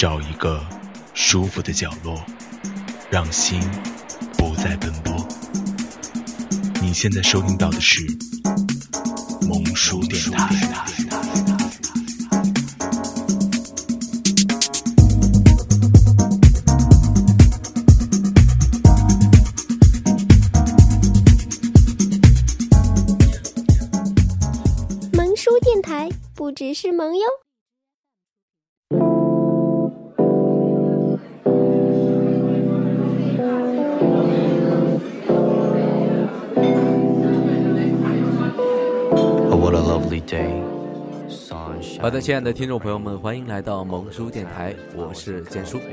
找一个舒服的角落，让心不再奔波。你现在收听到的是萌叔电台。 萌叔电台不只是萌哟。 好的，亲爱的听众朋友们，欢迎来到萌叔电台，我是建叔。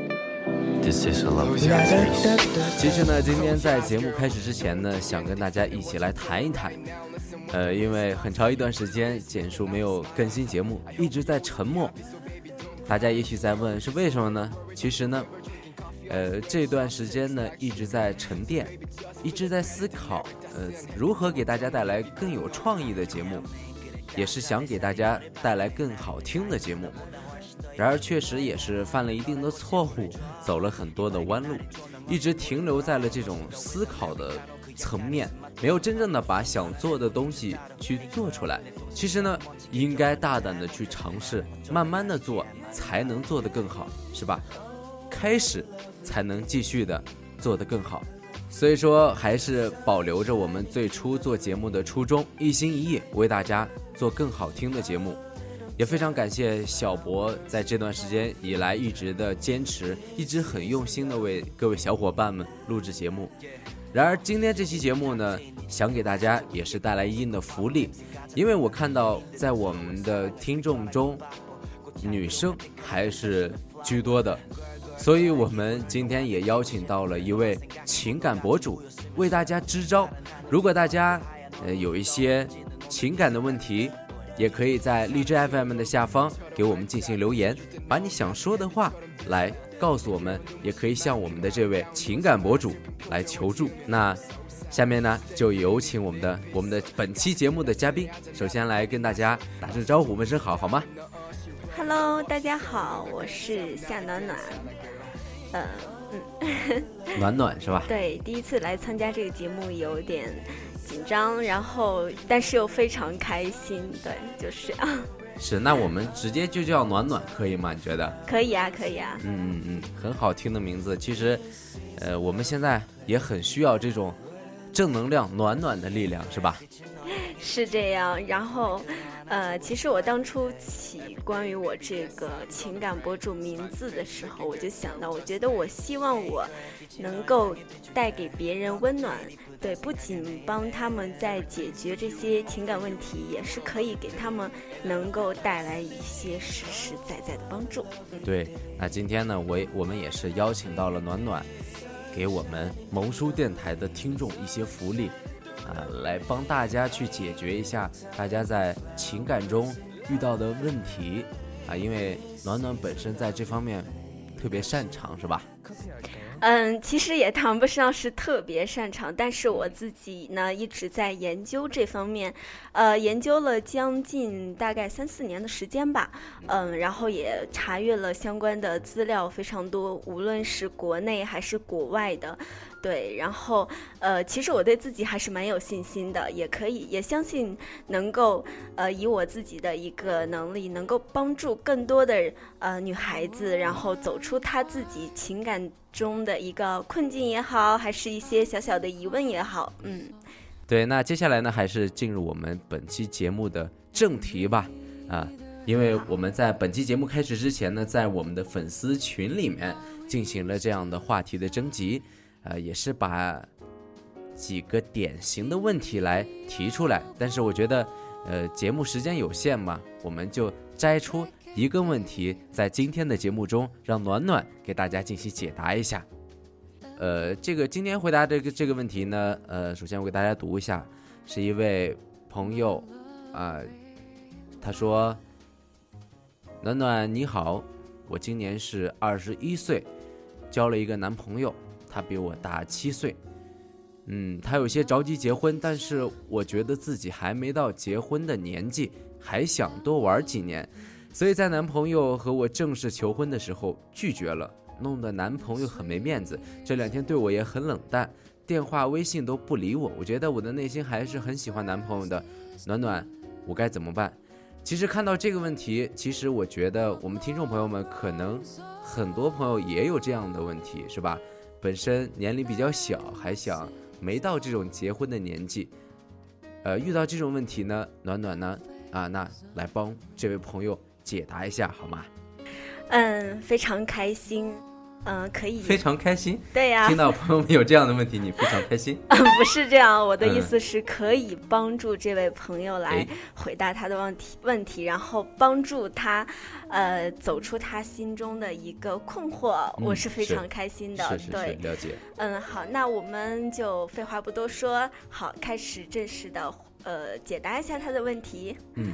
其实呢，今天在节目开始之前呢，想跟大家一起来谈一谈。因为很长一段时间简叔没有更新节目，一直在沉默。大家也许在问是为什么呢？其实呢，这段时间呢一直在沉淀，一直在思考，如何给大家带来更有创意的节目，也是想给大家带来更好听的节目。然而确实也是犯了一定的错误，走了很多的弯路，一直停留在了这种思考的层面，没有真正的把想做的东西去做出来。其实呢，应该大胆的去尝试，慢慢的做，才能做得更好，是吧？开始才能继续的做得更好。所以说还是保留着我们最初做节目的初衷，一心一意为大家做更好听的节目。也非常感谢小博在这段时间以来一直的坚持，一直很用心的为各位小伙伴们录制节目。然而今天这期节目呢，想给大家也是带来一定的福利，因为我看到在我们的听众中女生还是居多的，所以我们今天也邀请到了一位情感博主为大家支招。如果大家有一些情感的问题，也可以在荔枝 FM 的下方给我们进行留言，把你想说的话来告诉我们，也可以向我们的这位情感博主来求助。那下面呢，就有请我们的本期节目的嘉宾，首先来跟大家打声招呼，问声好吗？ Hello， 大家好，我是夏暖暖。 暖暖是吧？ 对，第一次来参加这个节目有点紧张，然后但是又非常开心，对，就是这样。 是，那我们直接就叫暖暖可以吗？你觉得？ 可以啊，可以啊。 很好听的名字。其实，我们现在也很需要这种正能量、暖暖的力量，是吧？ 是这样。然后，其实我当初起关于我这个情感博主名字的时候，我就想到，我觉得我希望我能够带给别人温暖。对，不仅帮他们在解决这些情感问题，也是可以给他们能够带来一些实实在在的帮助。 对，那今天呢，我们也是邀请到了暖暖，给我们萌叔电台的听众一些福利，来帮大家去解决一下大家在情感中遇到的问题因为暖暖本身在这方面特别擅长，是吧？ 其实也谈不上是特别擅长，但是我自己呢一直在研究这方面，研究了将近大概3-4年的时间吧，然后也查阅了相关的资料非常多，无论是国内还是国外的，对，然后其实我对自己还是蛮有信心的，也相信能够以我自己的一个能力，能够帮助更多的女孩子，然后走出她自己情感中的一个困境也好，还是一些小小的疑问也好。 对，那接下来呢，还是进入我们本期节目的正题吧。因为我们在本期节目开始之前呢，在我们的粉丝群里面进行了这样的话题的征集，也是把几个典型的问题来提出来，但是我觉得节目时间有限嘛，我们就摘出一个问题，在今天的节目中让暖暖给大家进行解答一下。这个今天回答这个问题呢，首先我给大家读一下，是一位朋友他说：暖暖你好，我今年是21岁，交了一个男朋友，他比我大7岁。他有些着急结婚，但是我觉得自己还没到结婚的年纪，还想多玩几年。 所以在男朋友和我正式求婚的时候拒绝了，弄得男朋友很没面子，这2天对我也很冷淡，电话微信都不理我。我觉得我的内心还是很喜欢男朋友的，暖暖，我该怎么办？其实看到这个问题，其实我觉得我们听众朋友们可能很多朋友也有这样的问题，是吧？本身年龄比较小，还想没到这种结婚的年纪，遇到这种问题呢，暖暖呢那来帮这位朋友解答一下好吗？ 非常开心。可以。 非常开心。 对呀， 听到朋友们有这样的问题，你非常开心。 不是这样，我的意思是可以帮助这位朋友来回答他的问题，然后帮助他，走出他心中的一个困惑，我是非常开心的。 是对， 了解。 好，那我们就废话不多说，好，开始正式的解答一下他的问题。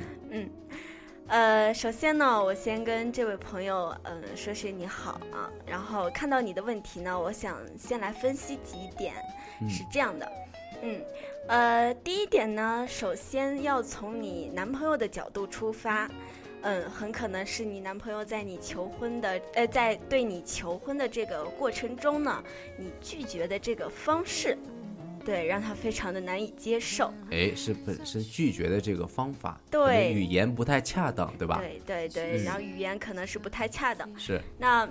首先呢，我先跟这位朋友说声你好啊，然后看到你的问题呢，我想先来分析几点，是这样的。第一点呢，首先要从你男朋友的角度出发，很可能是你男朋友在你求婚的在对你求婚的这个过程中呢，你拒绝的这个方式，对，让他非常的难以接受。 是本身拒绝的这个方法， 对， 语言不太恰当，对吧？ 对，然后语言可能是不太恰当。 是。 那，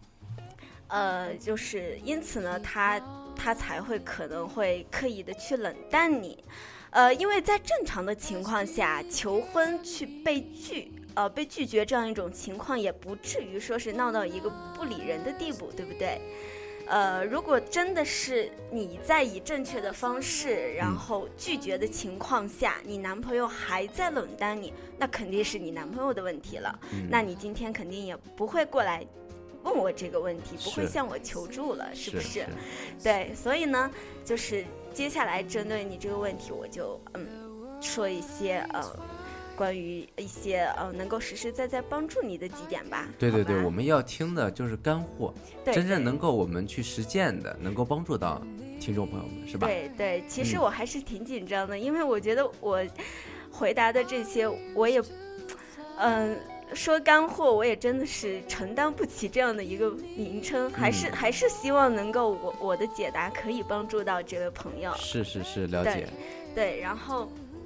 就是因此呢，他才会可能会刻意的去冷淡你，因为在正常的情况下，求婚去被拒绝这样一种情况，也不至于说是闹到一个不理人的地步，对不对？如果真的是你在以正确的方式然后拒绝的情况下，你男朋友还在冷淡你，那肯定是你男朋友的问题了。那你今天肯定也不会过来问我这个问题，不会向我求助了，是不是？对，所以呢，就是接下来针对你这个问题，我就说一些关于一些能够实实在在帮助你的几点吧。 对，我们要听的就是干货，真正能够我们去实践的，能够帮助到听众朋友们，是吧？ 对，其实我还是挺紧张的，因为我觉得我回答的这些，我也说干货，我也真的是承担不起这样的一个名称，还是希望能够我的解答可以帮助到这位朋友。 是，了解。 对，然后。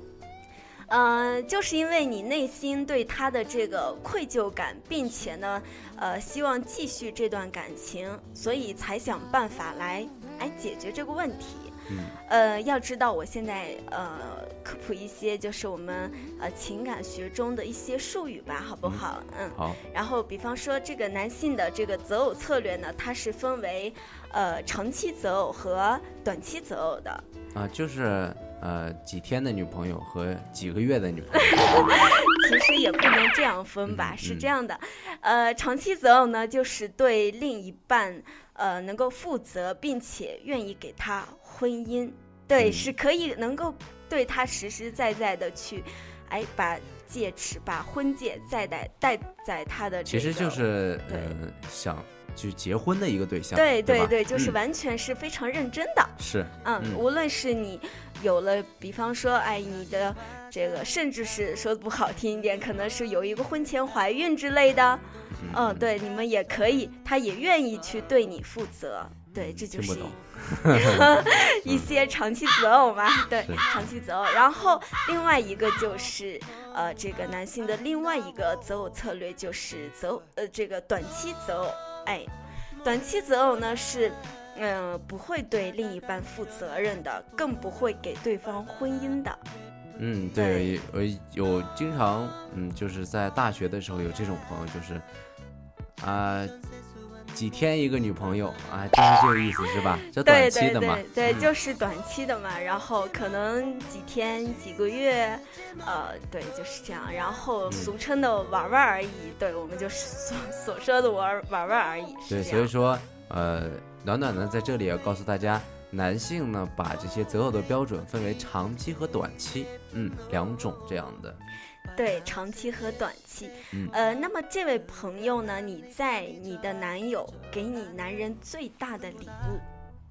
就是因为你内心对他的这个愧疚感，并且呢，希望继续这段感情，所以才想办法来解决这个问题。要知道我现在科普一些就是我们情感学中的一些术语吧，好不好？ 好。 然后比方说这个男性的这个择偶策略呢，它是分为长期择偶和短期择偶的。 就是几天的女朋友和几个月的女朋友。 其实也不能这样分吧，是这样的，长期择偶呢，就是对另一半能够负责，并且愿意给他婚姻，对，是可以能够对他实实在在的去，把戒指、把婚戒戴在他的其实就是想去结婚的一个对象， 对，就是完全是非常认真的。 是， 无论是你有了，比方说，你的这个，甚至是说不好听一点，可能是有一个婚前怀孕之类的，对，你们也可以，他也愿意去对你负责，对，这就是一些长期择偶嘛，对，长期择偶。然后另外一个就是这个男性的另外一个择偶策略就是这个短期择偶。短期择偶呢是不会对另一半负责任的，更不会给对方婚姻的。 对，我有经常就是在大学的时候有这种朋友，就是几天一个女朋友就是这个意思是吧？这短期的嘛， 对，就是短期的嘛，然后可能几天几个月，对，就是这样，然后俗称的玩玩而已，对，我们就是所说的玩而已。 对，所以说暖暖呢在这里要告诉大家，男性呢把这些择偶的标准分为长期和短期，2种这样的。 对，长期和短期。那么这位朋友呢，你在你的男友给你男人最大的礼物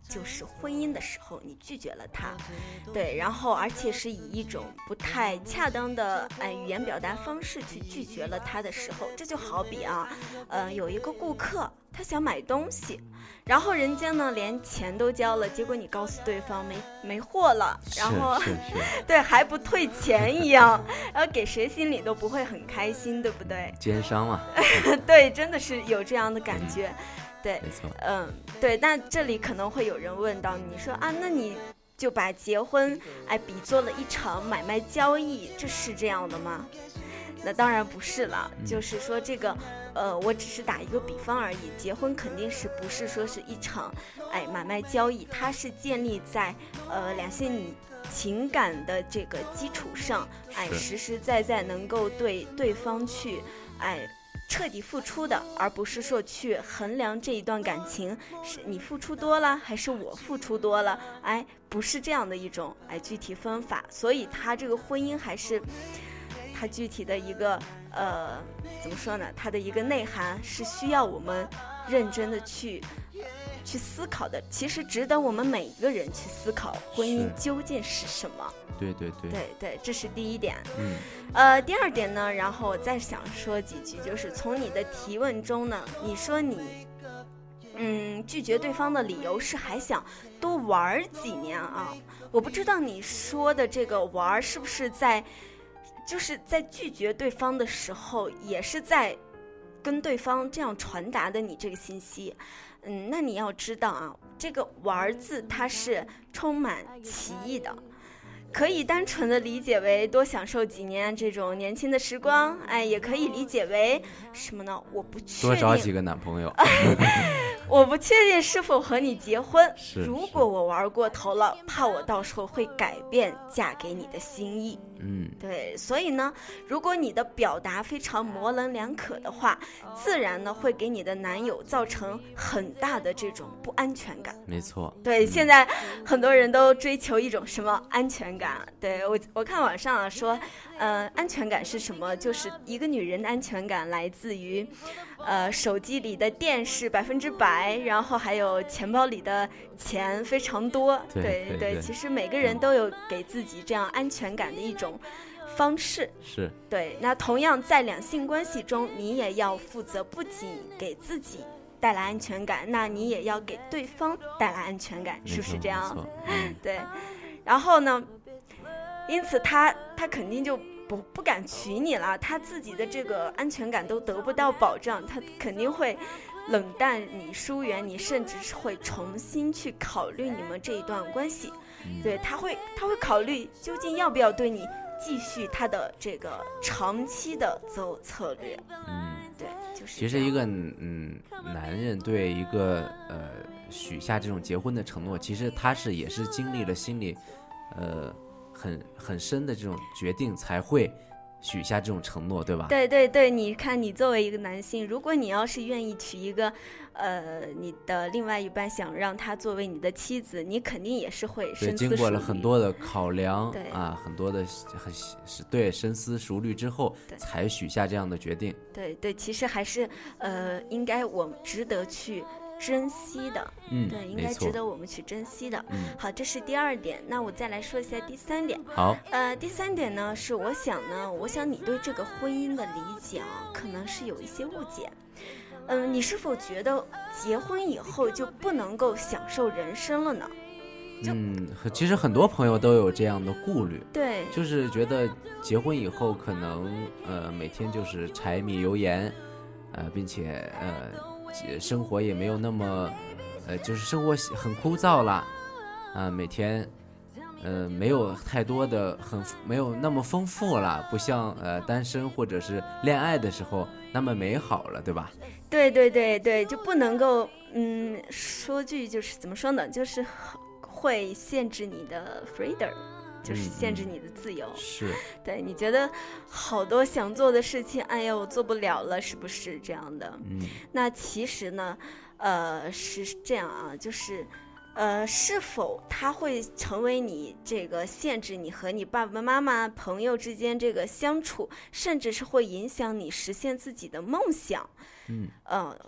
就是婚姻的时候，你拒绝了他，对，然后而且是以一种不太恰当的语言表达方式去拒绝了他的时候，这就好比有一个顾客他想买东西，然后人家呢连钱都交了，结果你告诉对方没货了，然后对还不退钱一样，然后给谁心里都不会很开心，对不对？ 奸商嘛。 对，真的是有这样的感觉。对， 没错。 对，那这里可能会有人问到，你说那你就把结婚比作了一场买卖交易，这是这样的吗？那当然不是了，就是说这个我只是打一个比方而已，结婚肯定是不是说是一场买卖交易，它是建立在两性情感的这个基础上，实实在在能够对对方去彻底付出的，而不是说去衡量这一段感情是你付出多了还是我付出多了，不是这样的一种具体分法。所以他这个婚姻还是他具体的一个怎么说呢，他的一个内涵是需要我们认真的去思考的，其实值得我们每一个人去思考婚姻究竟是什么。对，这是第一点。第二点呢，然后我再想说几句，就是从你的提问中呢，你说你拒绝对方的理由是还想多玩几年啊，我不知道你说的这个玩是不是就是在拒绝对方的时候也是在跟对方这样传达的你这个信息。那你要知道这个玩字它是充满歧义的，可以单纯的理解为多享受几年这种年轻的时光，也可以理解为什么呢？我不确定， 多找几个男朋友。 我不确定是否和你结婚，如果我玩过头了，怕我到时候会改变嫁给你的心意。对，所以呢，如果你的表达非常模棱两可的话，自然呢会给你的男友造成很大的这种不安全感。 没错。 对，现在很多人都追求一种什么安全感？对，我看网上说，安全感是什么？就是一个女人的安全感来自于，手机里的电视100%，然后还有钱包里的钱非常多。对，其实每个人都有给自己这样安全感的一种方式。 是。 对，那同样在两性关系中，你也要负责不仅给自己带来安全感，那你也要给对方带来安全感，是不是这样？对。然后呢，因此他肯定就不敢娶你了，他自己的这个安全感都得不到保障，他肯定会冷淡你、疏远你，甚至是会重新去考虑你们这一段关系。对，他会考虑究竟要不要对你继续他的这个长期的择偶策略。对，就是其实一个男人对一个许下这种结婚的承诺，其实他也是经历了心里很深的这种决定才会许下这种承诺，对吧？ 对，你看你作为一个男性，如果你要是愿意娶一个你的另外一半，想让他作为你的妻子，你肯定也是会深思熟虑， 经过了很多的考量很多的深思熟虑之后才许下这样的决定。 对，其实还是应该我们值得去珍惜的。对，应该值得我们去珍惜的。好，这是第二点。那我再来说一下第三点。 好， 第三点呢是我想你对这个婚姻的理解可能是有一些误解。你是否觉得结婚以后就不能够享受人生了呢？ 其实很多朋友都有这样的顾虑。 对， 就是觉得结婚以后可能每天就是柴米油盐，并且生活也没有那么就是生活很枯燥了，每天没有太多的没有那么丰富了，不像单身或者是恋爱的时候那么美好了，对吧？ 对，就不能够说句就是怎么说呢，就是会限制你的 freedom， 就是限制你的自由。 是。 对，你觉得好多想做的事情，哎呀我做不了了，是不是这样的？那其实呢是这样就是是否它会成为你这个限制你和你爸爸妈妈朋友之间这个相处，甚至是会影响你实现自己的梦想。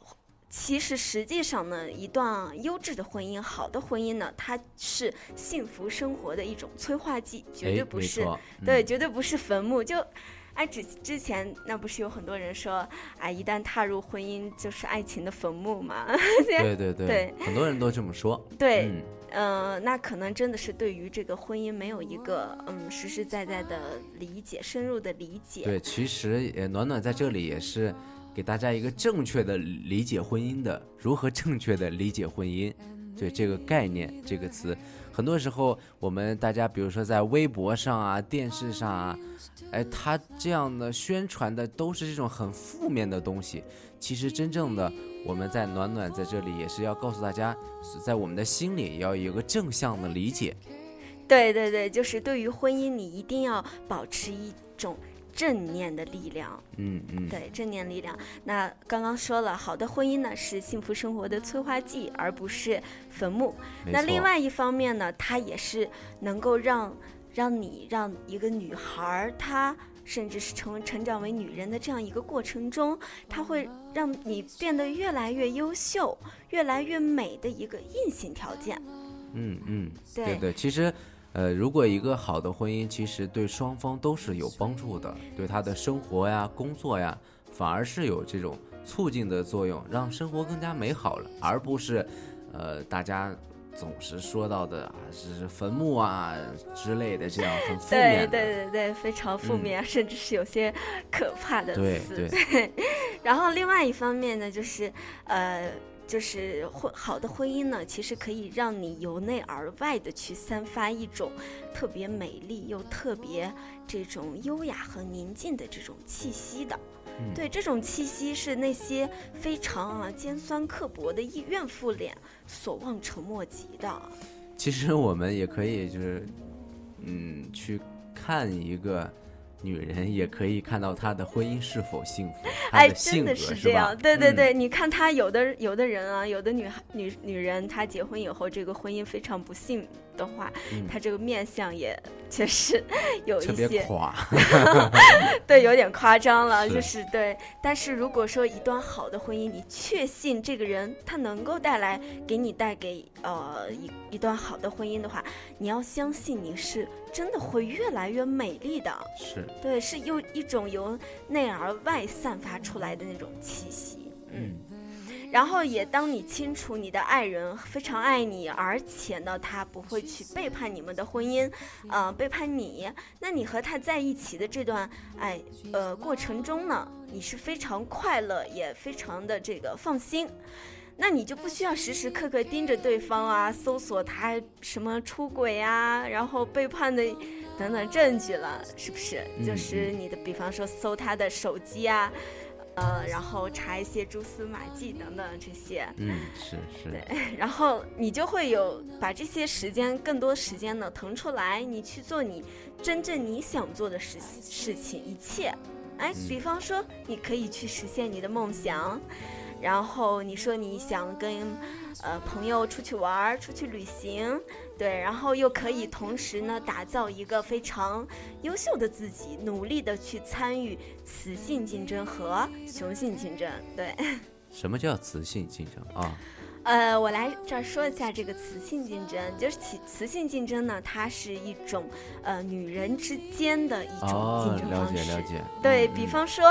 其实实际上呢，一段优质的婚姻，好的婚姻呢，它是幸福生活的一种催化剂，绝对不是，对，绝对不是坟墓。就之前那不是有很多人说，一旦踏入婚姻就是爱情的坟墓嘛？ 对，很多人都这么说。 对，那可能真的是对于这个婚姻没有一个实实在在的理解，深入的理解。 对，其实暖暖在这里也是给大家一个正确的理解婚姻的，如何正确的理解婚姻。对这个概念，这个词，很多时候我们大家比如说在微博上啊、电视上啊，他这样的宣传的都是这种很负面的东西。其实真正的我们在暖暖在这里也是要告诉大家，在我们的心里也要有一个正向的理解。 对，就是对于婚姻，你一定要保持一种正念的力量。对，正念力量。那刚刚说了，好的婚姻呢是幸福生活的催化剂，而不是坟墓。那另外一方面呢，它也是能够让一个女孩，她甚至是成长为女人的这样一个过程中，它会让你变得越来越优秀、越来越美的一个硬性条件。 对，其实如果一个好的婚姻，其实对双方都是有帮助的，对他的生活呀、工作呀，反而是有这种促进的作用，让生活更加美好了，而不是大家总是说到的是坟墓啊之类的这样很负面的。 对，非常负面，甚至是有些可怕的词。 对。 然后另外一方面呢，就是好的婚姻呢，其实可以让你由内而外的去散发一种特别美丽又特别这种优雅和宁静的这种气息的。对，这种气息是那些非常尖酸刻薄的怨妇脸所望尘莫及的。 其实我们也可以就是去看一个女人，也可以看到她的婚姻是否幸福，她的性格真的是这样。 是吧？ 对，你看她有的人啊，有的女人，她结婚以后这个婚姻非常不幸的话，她这个面相也确实有一些特别垮对，有点夸张了，就是对。但是如果说一段好的婚姻，你确信这个人他能够给你带给一段好的婚姻的话，你要相信你是真的会越来越美丽的。对，是用一种由内而外散发出来的那种气息。然后也当你清楚你的爱人非常爱你，而且呢他不会去背叛你们的婚姻，背叛你，那你和他在一起的这段过程中呢，你是非常快乐，也非常的这个放心。那你就不需要时时刻刻盯着对方啊，搜索他什么出轨啊，然后背叛的等等证据了，是不是？就是你的，比方说搜他的手机啊。然后查一些蛛丝马迹等等这些， 是对，然后你就会把这些更多时间呢腾出来，你去做你真正你想做的事情，一切，比方说你可以去实现你的梦想，然后你说你想跟朋友出去玩、出去旅行，对，然后又可以同时呢打造一个非常优秀的自己，努力的去参与雌性竞争和雄性竞争。对， 什么叫雌性竞争啊？ 我来这儿说一下这个雌性竞争，就是雌性竞争呢，它是一种女人之间的一种竞争方式。 了解。 对，比方说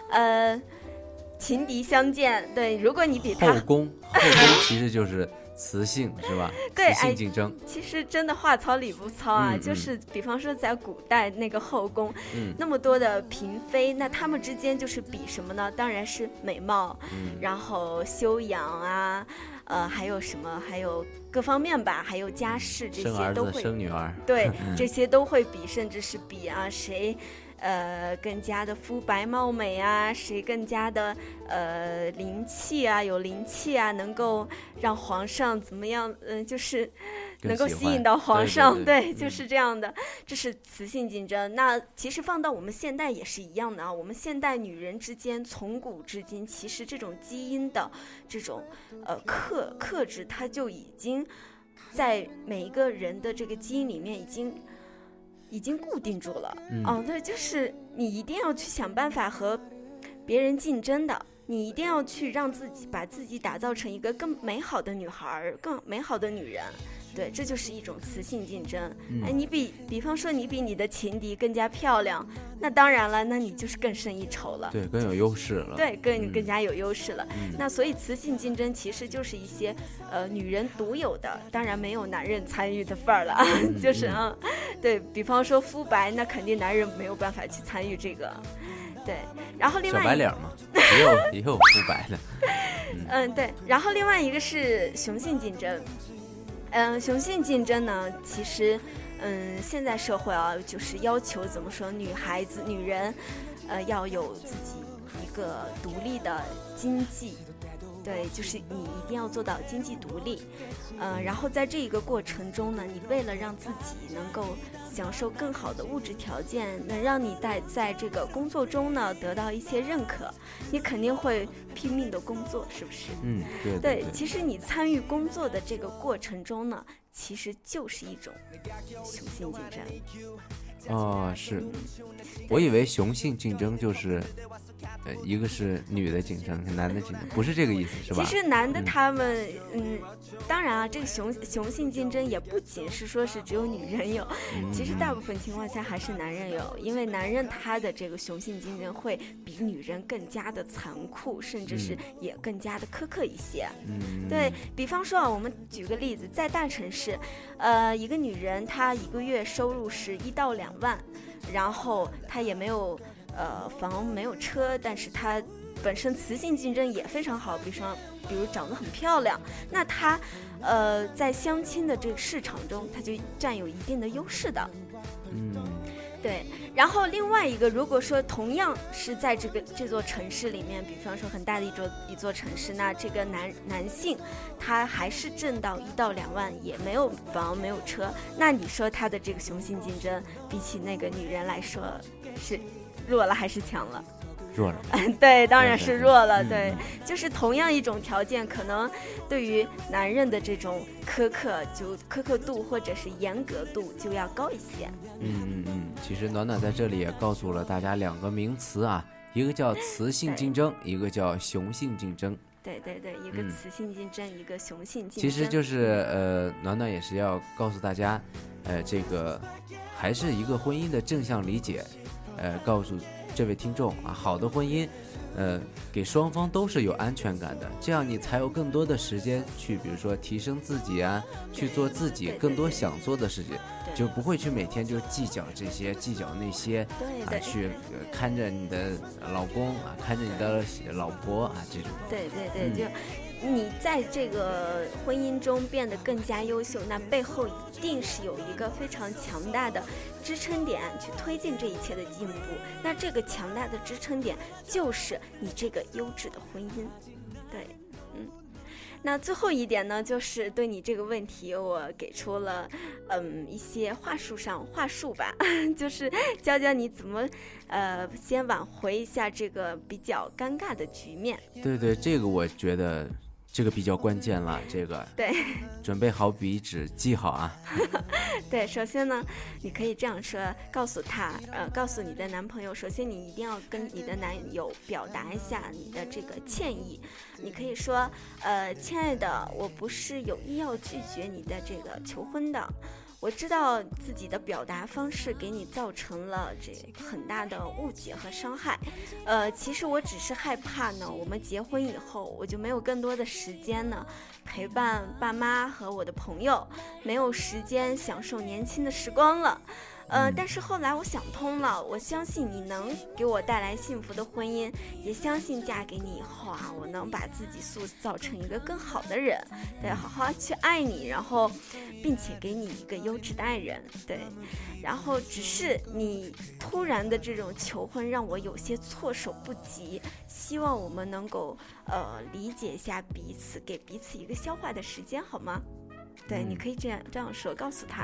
情敌相见，对，如果你比他后宫其实就是雌性是吧？ 对， 雌性竞争， 其实真的话糙理不糙啊，就是比方说在古代那个后宫，那么多的嫔妃，那他们之间就是比什么呢？当然是美貌，然后修养啊，还有什么，还有各方面吧，还有家世，这些都会， 生儿子生女儿， 对，这些都会比，甚至是比谁更加的肤白貌美啊，谁更加的灵气啊，有灵气啊，能够让皇上怎么样？就是能够吸引到皇上，对，就是这样的。这是雌性竞争。那其实放到我们现代也是一样的啊。我们现代女人之间，从古至今，其实这种基因的这种克制，它就已经在每一个人的这个基因里面已经固定住了。对，就是你一定要去想办法和别人竞争的。 你一定要去让把自己打造成一个更美好的女孩，更美好的女人。对，这就是一种雌性竞争。你比方说你比你的情敌更加漂亮，那当然了，那你就是更胜一筹了。 对，更有优势了。 对，更加有优势了。那所以雌性竞争其实就是一些女人独有的，当然没有男人参与的份儿了。就是对比方说肤白，那肯定男人没有办法去参与这个。对，然后另外小白脸嘛，也有肤白的。 对，然后另外一个是雄性竞争。雄性竞争呢，其实，现在社会啊，就是要求怎么说，女孩子、女人，要有自己一个独立的经济，对，就是你一定要做到经济独立，然后在这一个过程中呢，你为了让自己能够享受更好的物质条件，能让你在这个工作中呢得到一些认可，你肯定会拼命的工作，是不是？对，其实你参与工作的这个过程中呢，其实就是一种雄性竞争。 是，我以为雄性竞争就是一个是女的竞争，男的竞争，不是这个意思，是吧？ 其实男的他们，当然啊，这个雄性竞争也不仅是说是只有女人有，其实大部分情况下还是男人有，因为男人他的这个雄性竞争会比女人更加的残酷，甚至是也更加的苛刻一些。对比方说啊，我们举个例子，在大城市，一个女人她一个月收入是1到2万，然后她也没有房没有车，但是她本身雌性竞争也非常好，比如长得很漂亮，那她在相亲的这个市场中，她就占有一定的优势的。对，然后另外一个，如果说同样是在这座城市里面，比方说很大的一座城市，那这个男性他还是挣到1到2万，也没有房没有车，那你说他的这个雄性竞争比起那个女人来说是弱了还是强了？ 弱了。 对，当然是弱了。对，就是同样一种条件，可能对于男人的这种苛刻度或者是严格度就要高一些。 其实暖暖在这里也告诉了大家2个名词啊，一个叫雌性竞争，一个叫雄性竞争。 对，一个雌性竞争，一个雄性竞争。 其实就是暖暖也是要告诉大家，这个还是一个婚姻的正向理解，告诉这位听众啊，好的婚姻，给双方都是有安全感的，这样你才有更多的时间去，比如说提升自己啊，去做自己更多想做的事情，就不会去每天就计较这些，计较那些，去看着你的老公啊，看着你的老婆啊，这种。 对，就你在这个婚姻中变得更加优秀，那背后一定是有一个非常强大的支撑点去推进这一切的进步。那这个强大的支撑点就是你这个优质的婚姻。对，那最后一点呢，就是对你这个问题，我给出了一些话术吧，就是教教你怎么先挽回一下这个比较尴尬的局面。 对，这个我觉得这个比较关键了，这个对， 准备好笔纸记好啊。 对，首先呢，你可以这样说，告诉你的男朋友，首先你一定要跟你的男友表达一下你的这个歉意。你可以说，亲爱的，我不是有意要拒绝你的这个求婚的。我知道自己的表达方式给你造成了这很大的误解和伤害，其实我只是害怕呢，我们结婚以后我就没有更多的时间呢陪伴爸妈和我的朋友，没有时间享受年轻的时光了。但是后来我想通了，我相信你能给我带来幸福的婚姻，也相信嫁给你以后啊，我能把自己塑造成一个更好的人，对，好好去爱你，然后并且给你一个优质的爱人，对，然后只是你突然的这种求婚让我有些措手不及，希望我们能够理解一下彼此，给彼此一个消化的时间，好吗？对，你可以这样说，告诉他。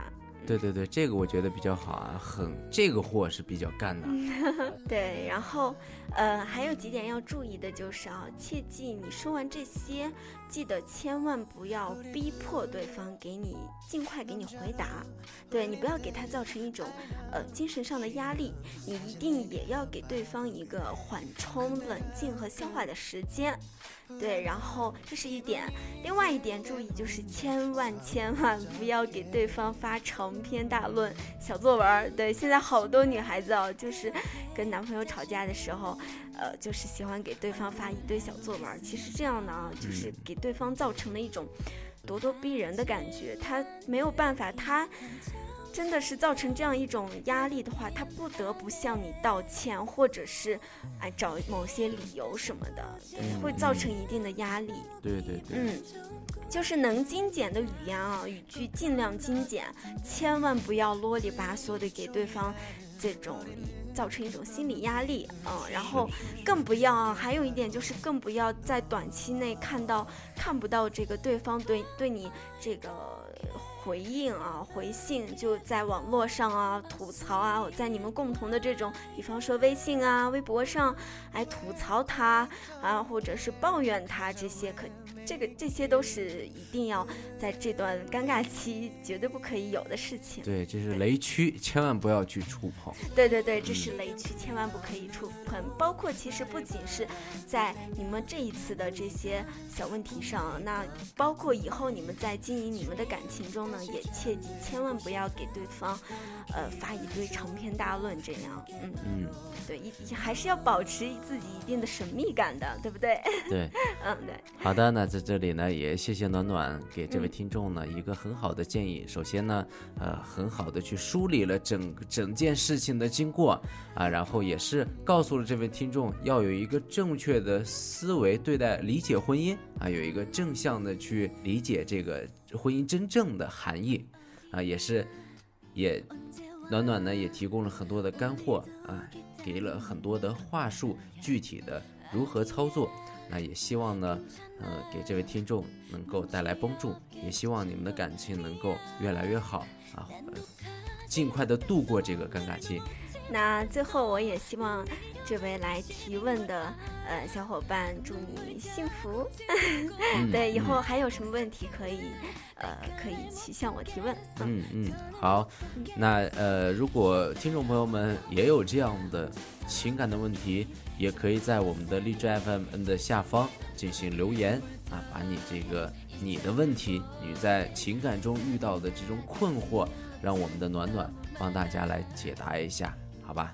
对对对，这个我觉得比较好啊，这个货是比较干的。 对，然后还有几点要注意的就是啊，切记你说完这些，记得千万不要逼迫对方尽快给你回答。对，你不要给他造成一种精神上的压力，你一定也要给对方一个缓冲、冷静和消化的时间。对，然后这是一点。另外一点注意就是千万不要给对方发长篇大论小作文。对，现在好多女孩子哦，就是跟男朋友吵架的时候，就是喜欢给对方发一堆小作文。其实这样呢，就是给对方造成了一种咄咄逼人的感觉，他没有办法，他真的是造成这样一种压力的话，他不得不向你道歉，或者是找某些理由什么的，对，会造成一定的压力。 对对对， 就是能精简的语言啊，语句尽量精简，千万不要啰里吧嗦的给对方这种造成一种心理压力然后更不要还有一点就是更不要在短期内看不到这个对方对你这个回应回信，就在网络上吐槽在你们共同的这种比方说微信微博上吐槽他或者是抱怨他，这些都是一定要在这段尴尬期绝对不可以有的事情。 对，这是雷区，千万不要去触碰。 对对对，这是雷区，千万不可以触碰。包括其实不仅是在你们这一次的这些小问题上，那包括以后你们在经营你们的感情中呢，也切记千万不要给对方发一堆长篇大论这样。对，还是要保持自己一定的神秘感的，对不对？ 对， 对。 好的，那在这里呢，也谢谢暖暖给这位听众呢一个很好的建议。首先呢，很好的去梳理了整件事情的经过然后也是告诉了这位听众要有一个正确的思维对待理解婚姻有一个正向的去理解这个婚姻真正的含义也暖暖呢也提供了很多的干货给了很多的话术，具体的如何操作。那也希望呢给这位听众能够带来帮助，也希望你们的感情能够越来越好尽快的度过这个尴尬期。 那最后我也希望这位来提问的小伙伴祝你幸福对，以后还有什么问题可以去向我提问。 好，那如果听众朋友们也有这样的情感的问题，也可以在我们的荔枝 FM 的下方进行留言把你的问题，你在情感中遇到的这种困惑，让我们的暖暖帮大家来解答一下，好吧？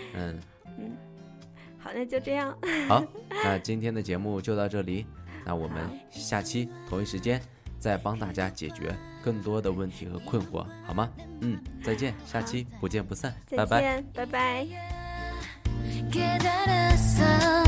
好，那就这样。 好，那今天的节目就到这里，那我们下期同一时间再帮大家解决更多的问题和困惑，好吗？再见，下期不见不散，拜拜。 再见，拜拜。